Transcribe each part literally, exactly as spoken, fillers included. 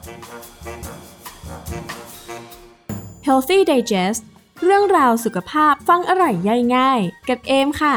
Healthy Digest เรื่องราวสุขภาพฟังอร่อยย่อยง่ายกับเอมค่ะ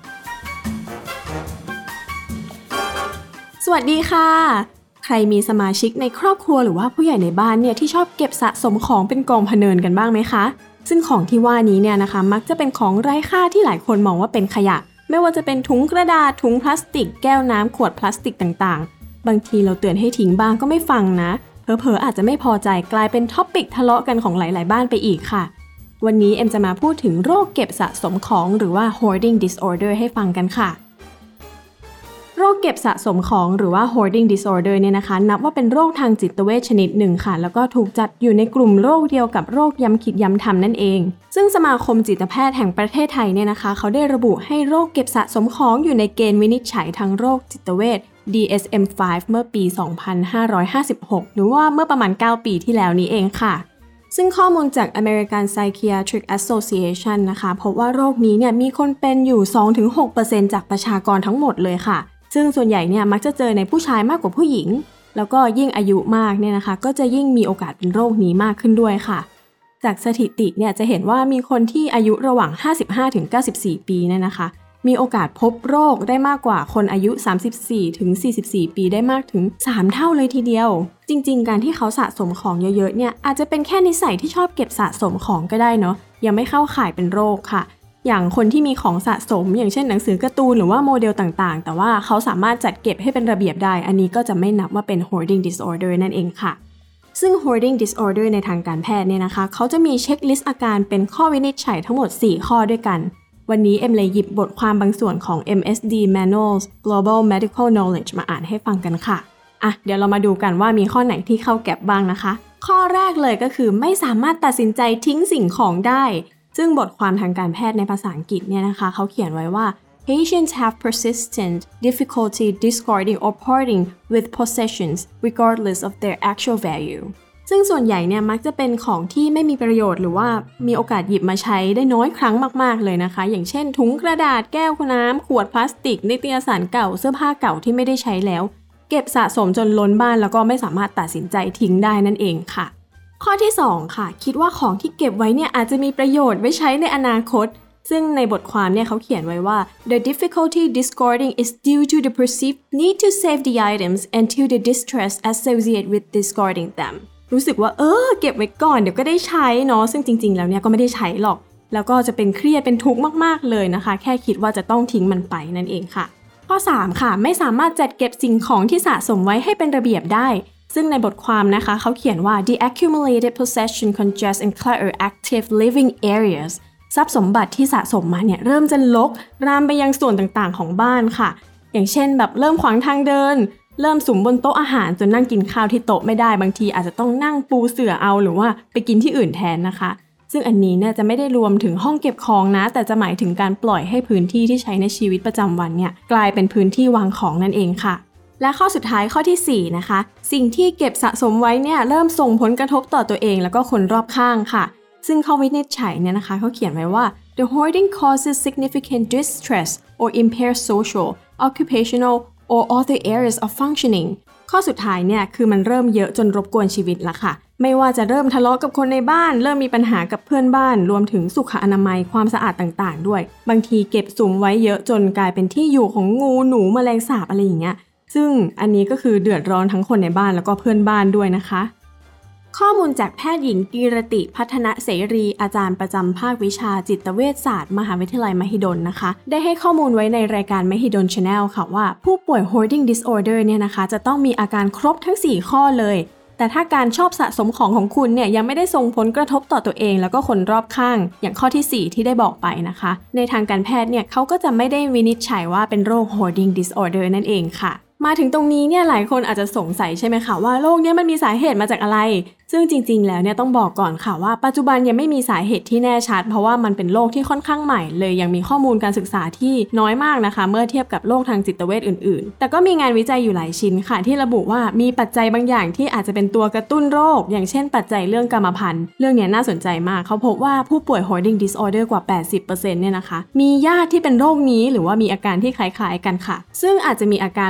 สวัสดีค่ะใครมีสมาชิกในครอบครัวหรือว่าผู้ใหญ่ในบ้านเนี่ยที่ชอบเก็บสะสมของเป็นกองพะเนินกันบ้างไหมคะซึ่งของที่ว่านี้เนี่ยนะคะมักจะเป็นของไร้ค่าที่หลายคนมองว่าเป็นขยะไม่ว่าจะเป็นถุงกระดาษถุงพลาสติกแก้วน้ำขวดพลาสติกต่างๆบางทีเราเตือนให้ทิ้งบ้างก็ไม่ฟังนะเผลอๆอาจจะไม่พอใจกลายเป็นท็อปิกทะเลาะกันของหลายๆบ้านไปอีกค่ะวันนี้เอ็มจะมาพูดถึงโรคเก็บสะสมของหรือว่า hoarding disorder ให้ฟังกันค่ะโรคเก็บสะสมของหรือว่า hoarding disorder เนี่ยนะคะนับว่าเป็นโรคทางจิตเวชชนิดหนึ่งค่ะแล้วก็ถูกจัดอยู่ในกลุ่มโรคเดียวกับโรคย้ำคิดย้ำทำนั่นเองซึ่งสมาคมจิตแพทย์แห่งประเทศไทยเนี่ยนะคะเขาได้ระบุให้โรคเก็บสะสมของอยู่ในเกณฑ์วินิจฉัยทางโรคจิตเวช ดี เอส เอ็ม ไฟว์ เมื่อปี สองพันห้าร้อยห้าสิบหก หรือว่าเมื่อประมาณเก้าปีที่แล้วนี้เองค่ะซึ่งข้อมูลจาก American Psychiatric Association นะคะพบว่าโรคนี้เนี่ยมีคนเป็นอยู่ สองถึงหกเปอร์เซ็นต์ จากประชากรทั้งหมดเลยค่ะซึ่งส่วนใหญ่เนี่ยมักจะเจอในผู้ชายมากกว่าผู้หญิงแล้วก็ยิ่งอายุมากเนี่ยนะคะก็จะยิ่งมีโอกาสเป็นโรคนี้มากขึ้นด้วยค่ะจากสถิติเนี่ยจะเห็นว่ามีคนที่อายุระหว่าง ห้าสิบห้าถึงเก้าสิบสี่ ปีเนี่ยนะคะมีโอกาสพบโรคได้มากกว่าคนอายุ สามสิบสี่ถึงสี่สิบสี่ ปีได้มากถึงสามเท่าเลยทีเดียวจริงๆการที่เขาสะสมของเยอะๆเนี่ยอาจจะเป็นแค่นิสัยที่ชอบเก็บสะสมของก็ได้เนาะยังไม่เข้าข่ายเป็นโรคค่ะอย่างคนที่มีของสะสมอย่างเช่นหนังสือการ์ตูนหรือว่าโมเดลต่างๆแต่ว่าเขาสามารถจัดเก็บให้เป็นระเบียบได้อันนี้ก็จะไม่นับว่าเป็น hoarding disorder นั่นเองค่ะซึ่ง hoarding disorder ในทางการแพทย์เนี่ยนะคะเขาจะมีเช็คลิสต์อาการเป็นข้อวินิจฉัยทั้งหมดสี่ข้อด้วยกันวันนี้เอ็มเลยหยิบบทความบางส่วนของ เอ็ม เอส ดี Manuals Global Medical Knowledge มาอ่านให้ฟังกันค่ะอ่ะเดี๋ยวเรามาดูกันว่ามีข้อไหนที่เข้าแก็บบ้างนะคะข้อแรกเลยก็คือไม่สามารถตัดสินใจทิ้งสิ่งของได้ซึ่งบทความทางการแพทย์ในภาษาอังกฤษเนี่ยนะคะเขาเขียนไว้ว่า Patients have persistent difficulty discarding or parting with possessions regardless of their actual value ซึ่งส่วนใหญ่เนี่ยมักจะเป็นของที่ไม่มีประโยชน์หรือว่ามีโอกาสหยิบมาใช้ได้น้อยครั้งมากๆเลยนะคะอย่างเช่นถุงกระดาษแก้วน้ำขวดพลาสติกนิตยสารเก่าเสื้อผ้าเก่าที่ไม่ได้ใช้แล้วเก็บสะสมจนล้นบ้านแล้วก็ไม่สามารถตัดสินใจทิ้งได้นั่นเองค่ะข้อที่สองค่ะคิดว่าของที่เก็บไว้เนี่ยอาจจะมีประโยชน์ไว้ใช้ในอนาคตซึ่งในบทความเนี่ยเขาเขียนไว้ว่า The difficulty discarding is due to the perceived need to save the items and to the distress associated with discarding them รู้สึกว่าเออเก็บไว้ก่อนเดี๋ยวก็ได้ใช้เนาะซึ่งจริงๆแล้วเนี่ยก็ไม่ได้ใช้หรอกแล้วก็จะเป็นเครียดเป็นทุกข์มากๆเลยนะคะแค่คิดว่าจะต้องทิ้งมันไปนั่นเองค่ะข้อสามค่ะไม่สามารถจัดเก็บสิ่งของที่สะสมไว้ให้เป็นระเบียบได้ซึ่งในบทความนะคะเขาเขียนว่า The accumulated possession congest and clutter active living areas ทรัพย์สมบัติที่สะสมมาเนี่ยเริ่มจะรกรามไปยังส่วนต่างๆของบ้านค่ะอย่างเช่นแบบเริ่มขวางทางเดินเริ่มสุมบนโต๊ะอาหารจนนั่งกินข้าวที่โต๊ะไม่ได้บางทีอาจจะต้องนั่งปูเสื่อเอาหรือว่าไปกินที่อื่นแทนนะคะซึ่งอันนี้เนี่ยจะไม่ได้รวมถึงห้องเก็บของนะแต่จะหมายถึงการปล่อยให้พื้นที่ที่ใช้ในชีวิตประจำวันเนี่ยกลายเป็นพื้นที่วางของนั่นเองค่ะและข้อสุดท้ายข้อที่สี่นะคะสิ่งที่เก็บสะสมไว้เนี่ยเริ่มส่งผลกระทบต่อตัวเองแล้วก็คนรอบข้างค่ะซึ่งข้อวินิจฉัยเนี่ยนะคะเขาเขียนไว้ว่า The hoarding causes significant distress or impairs social, occupational or other areas of functioning ข้อสุดท้ายเนี่ยคือมันเริ่มเยอะจนรบกวนชีวิตละค่ะไม่ว่าจะเริ่มทะเลาะกับคนในบ้านเริ่มมีปัญหากับเพื่อนบ้านรวมถึงสุขอนามัยความสะอาดต่างๆด้วยบางทีเก็บสุมไว้เยอะจนกลายเป็นที่อยู่ของงูหนูแมลงสาบอะไรอย่างเงี้ยซึ่งอันนี้ก็คือเดือดร้อนทั้งคนในบ้านแล้วก็เพื่อนบ้านด้วยนะคะข้อมูลจากแพทย์หญิงกีรติพัฒนเสรีอาจารย์ประจำภาควิชาจิตเวชศาสตร์มหาวิทยาลัยมหิดลนะคะได้ให้ข้อมูลไว้ในรายการมหิดล Channel ค่ะว่าผู้ป่วย hoarding disorder เนี่ยนะคะจะต้องมีอาการครบทั้งสี่ข้อเลยแต่ถ้าการชอบสะสมของของคุณเนี่ยยังไม่ได้ส่งผลกระทบต่อตัวเองแล้วก็คนรอบข้างอย่างข้อที่สี่ที่ได้บอกไปนะคะในทางการแพทย์เนี่ยเขาก็จะไม่ได้วินิจฉัยว่าเป็นโรค hoarding disorder นั่นเองค่ะมาถึงตรงนี้เนี่ยหลายคนอาจจะสงสัยใช่ไหมคะว่าโรคนี้มันมีสาเหตุมาจากอะไรซึ่งจริงๆแล้วเนี่ยต้องบอกก่อนค่ะว่าปัจจุบันยังไม่มีสาเหตุที่แน่ชัดเพราะว่ามันเป็นโรคที่ค่อนข้างใหม่เลยยังมีข้อมูลการศึกษาที่น้อยมากนะคะเมื่อเทียบกับโรคทางจิตเวชอื่นๆแต่ก็มีงานวิจัยอยู่หลายชิ้นค่ะที่ระบุว่ามีปัจจัยบางอย่างที่อาจจะเป็นตัวกระตุ้นโรคอย่างเช่นปัจจัยเรื่องกรรมพันธุ์เรื่องนี้น่าสนใจมากเขาพบว่าผู้ป่วย hoarding disorder กว่า แปดสิบเปอร์เซ็นต์ เนี่ยนะคะมีญาติที่เป็นโรคนี้หรือว่ามีอาการที่คล้ายๆกันค่ะซึ่งอาจจะมีอาการมาตั้งแต่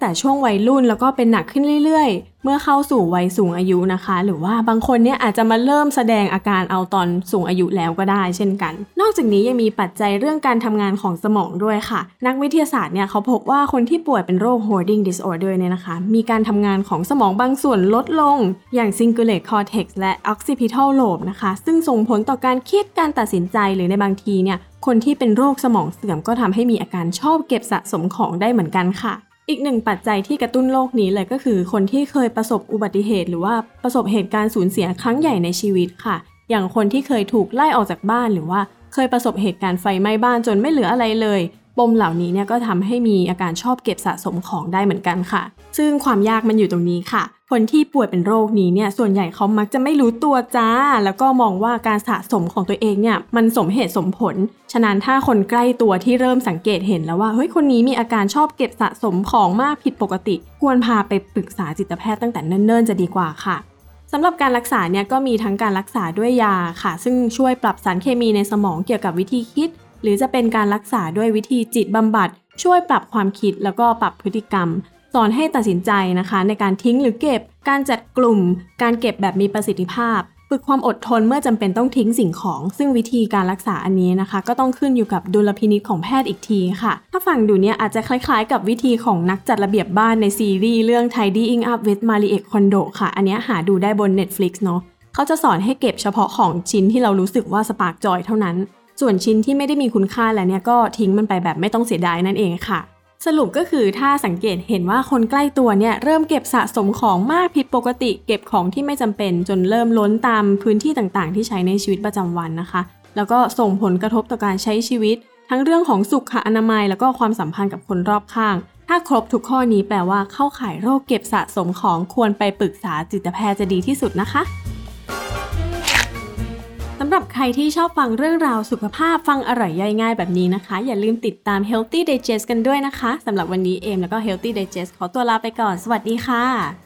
แต่ช่วงวัยรุ่นแล้วก็เป็นหนักขึ้นเรื่อยๆเมื่อเข้าสู่วัยสูงอายุนะคะหรือว่าบางคนเนี่ยอาจจะมาเริ่มแสดงอาการเอาตอนสูงอายุแล้วก็ได้เช่นกันนอกจากนี้ยังมีปัจจัยเรื่องการทำงานของสมองด้วยค่ะนักวิทยาศาสตร์เนี่ยเขาพบว่าคนที่ป่วยเป็นโรค Hoarding Disorder เนี่ยนะคะมีการทำงานของสมองบางส่วนลดลงอย่าง Cingulate Cortex และ Occipital Lobe นะคะซึ่งส่งผลต่อการคิดการตัดสินใจหรือในบางทีเนี่ยคนที่เป็นโรคสมองเสื่อมก็ทำให้มีอาการชอบเก็บสะสมของได้เหมือนกันค่ะอีกหนึ่งปัจจัยที่กระตุ้นโรคนี้เลยก็คือคนที่เคยประสบอุบัติเหตุหรือว่าประสบเหตุการณ์สูญเสียครั้งใหญ่ในชีวิตค่ะอย่างคนที่เคยถูกไล่ออกจากบ้านหรือว่าเคยประสบเหตุการณ์ไฟไหม้บ้านจนไม่เหลืออะไรเลยปมเหล่านี้เนี่ยก็ทำให้มีอาการชอบเก็บสะสมของได้เหมือนกันค่ะซึ่งความยากมันอยู่ตรงนี้ค่ะคนที่ป่วยเป็นโรคนี้เนี่ยส่วนใหญ่เขามักจะไม่รู้ตัวจ้าแล้วก็มองว่าการสะสมของตัวเองเนี่ยมันสมเหตุสมผลฉะนั้นถ้าคนใกล้ตัวที่เริ่มสังเกตเห็นแล้วว่าเฮ้ยคนนี้มีอาการชอบเก็บสะสมของมากผิดปกติควรพาไปปรึกษาจิตแพทย์ตั้งแต่เนิ่นๆจะดีกว่าค่ะสำหรับการรักษาเนี่ยก็มีทั้งการรักษาด้วยยาค่ะซึ่งช่วยปรับสารเคมีในสมองเกี่ยวกับวิธีคิดหรือจะเป็นการรักษาด้วยวิธีจิตบำบัดช่วยปรับความคิดแล้วก็ปรับพฤติกรรมสอนให้ตัดสินใจนะคะในการทิ้งหรือเก็บการจัดกลุ่มการเก็บแบบมีประสิทธิภาพฝึกความอดทนเมื่อจำเป็นต้องทิ้งสิ่งของซึ่งวิธีการรักษาอันนี้นะคะก็ต้องขึ้นอยู่กับดุลพินิจของแพทย์อีกทีค่ะถ้าฟังดูเนี่ยอาจจะคล้ายๆกับวิธีของนักจัดระเบียบบ้านในซีรีส์เรื่อง Tidying Up with Marie Kondo ค่ะอันนี้หาดูได้บน Netflix เนาะเขาจะสอนให้เก็บเฉพาะของชิ้นที่เรารู้สึกว่าสปาร์กจอยเท่านั้นส่วนชิ้นที่ไม่ได้มีคุณค่าแล้วเนี่ยก็ทิ้งมันไปแบบไม่ต้องเสียดายนั่นเองค่ะสรุปก็คือถ้าสังเกตเห็นว่าคนใกล้ตัวเนี่ยเริ่มเก็บสะสมของมากผิดปกติเก็บของที่ไม่จำเป็นจนเริ่มล้นตามพื้นที่ต่างๆที่ใช้ในชีวิตประจำวันนะคะแล้วก็ส่งผลกระทบต่อการใช้ชีวิตทั้งเรื่องของสุขอนามัยแล้วก็ความสัมพันธ์กับคนรอบข้างถ้าครบทุกข้อนี้แปลว่าเข้าข่ายโรคเก็บสะสมของควรไปปรึกษาจิตแพทย์จะดีที่สุดนะคะสำหรับใครที่ชอบฟังเรื่องราวสุขภาพฟังอร่อยย่อยง่ายแบบนี้นะคะอย่าลืมติดตาม Healthy Digest กันด้วยนะคะสำหรับวันนี้เอมแล้วก็ Healthy Digest ขอตัวลาไปก่อนสวัสดีค่ะ